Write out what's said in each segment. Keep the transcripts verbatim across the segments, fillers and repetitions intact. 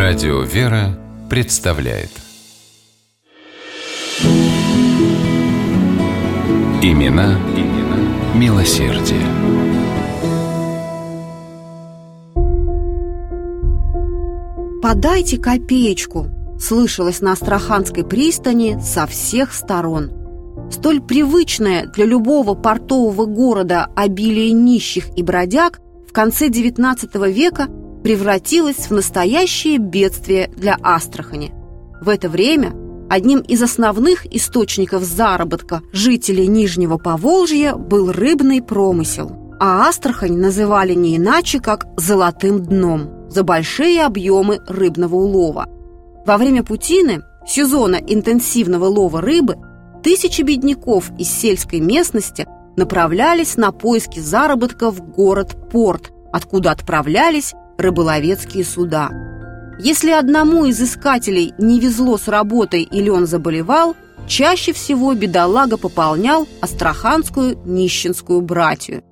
Радио «Вера» представляет Имена, имена милосердия. «Подайте копеечку!» слышалось на Астраханской пристани со всех сторон. Столь привычное для любого портового города обилие нищих и бродяг в конце девятнадцатого века превратилось в настоящее бедствие для Астрахани. В это время одним из основных источников заработка жителей Нижнего Поволжья был рыбный промысел, а Астрахань называли не иначе, как «золотым дном» за большие объемы рыбного улова. Во время путины, сезона интенсивного лова рыбы, тысячи бедняков из сельской местности направлялись на поиски заработка в город-порт, откуда отправлялись рыболовецкие суда. Если одному из искателей не везло с работой или он заболевал, чаще всего бедолага пополнял астраханскую нищенскую братью.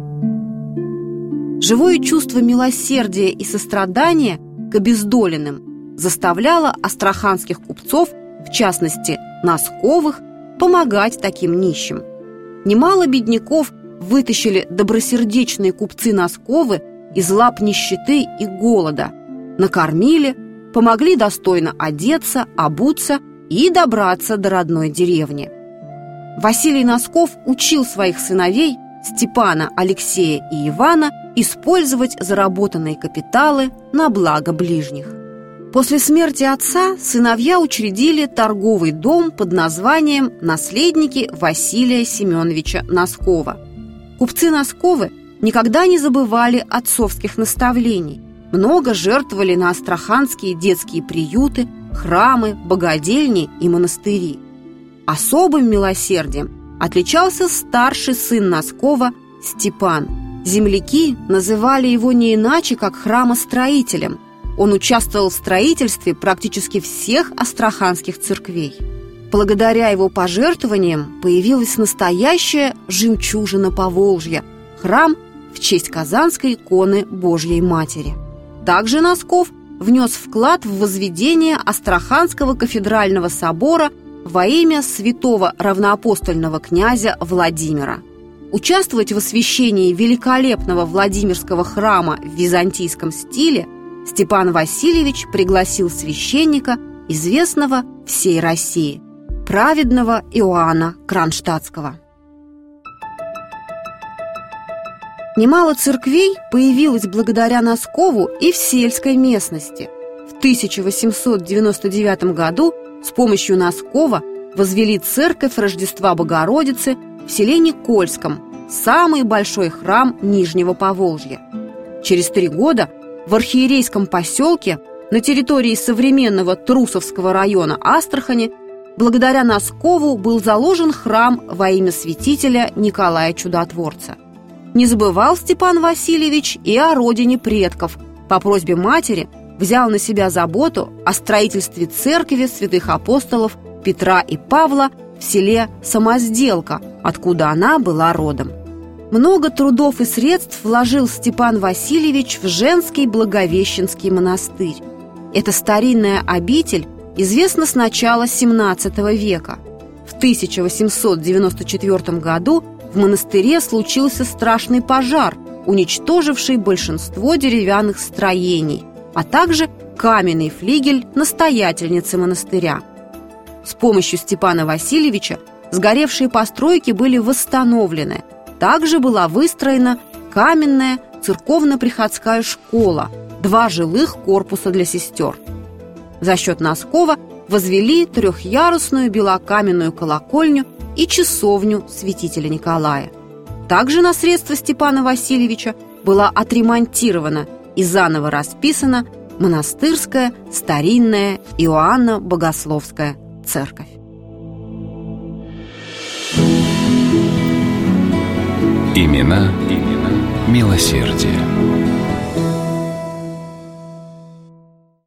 Живое чувство милосердия и сострадания к обездоленным заставляло астраханских купцов, в частности Носковых, помогать таким нищим. Немало бедняков вытащили добросердечные купцы Носковы из лап нищеты и голода, накормили, помогли достойно одеться, обуться и добраться до родной деревни. Василий Носков учил своих сыновей Степана, Алексея и Ивана использовать заработанные капиталы на благо ближних. После смерти отца сыновья учредили торговый дом под названием «Наследники Василия Семеновича Носкова». Купцы Носковы никогда не забывали отцовских наставлений, много жертвовали на астраханские детские приюты, храмы, богадельни и монастыри. Особым милосердием отличался старший сын Носкова Степан. Земляки называли его не иначе, как храмостроителем. Он участвовал в строительстве практически всех астраханских церквей. Благодаря его пожертвованиям появилась настоящая жемчужина Поволжья – храм в честь Казанской иконы Божьей Матери. Также Носков внес вклад в возведение Астраханского кафедрального собора во имя святого равноапостольного князя Владимира. Участвовать в освящении великолепного Владимирского храма в византийском стиле Степан Васильевич пригласил священника, известного всей России, праведного Иоанна Кронштадтского. Немало церквей появилось благодаря Носкову и в сельской местности. В тысяча восемьсот девяносто девятом году с помощью Носкова возвели церковь Рождества Богородицы в селе Никольском, самый большой храм Нижнего Поволжья. Через три года в архиерейском поселке на территории современного Трусовского района Астрахани благодаря Носкову был заложен храм во имя святителя Николая Чудотворца. Не забывал Степан Васильевич и о родине предков. По просьбе матери взял на себя заботу о строительстве церкви святых апостолов Петра и Павла в селе Самозделка, откуда она была родом. Много трудов и средств вложил Степан Васильевич в женский Благовещенский монастырь. Эта старинная обитель известна с начала семнадцатого века. В тысяча восемьсот девяносто четвёртом году в монастыре случился страшный пожар, уничтоживший большинство деревянных строений, а также каменный флигель настоятельницы монастыря. С помощью Степана Васильевича сгоревшие постройки были восстановлены. Также была выстроена каменная церковно-приходская школа, два жилых корпуса для сестер. За счет Носкова возвели трехъярусную белокаменную колокольню и часовню святителя Николая. Также на средства Степана Васильевича была отремонтирована и заново расписана монастырская старинная Иоанно-Богословская церковь. Имена, имена милосердия.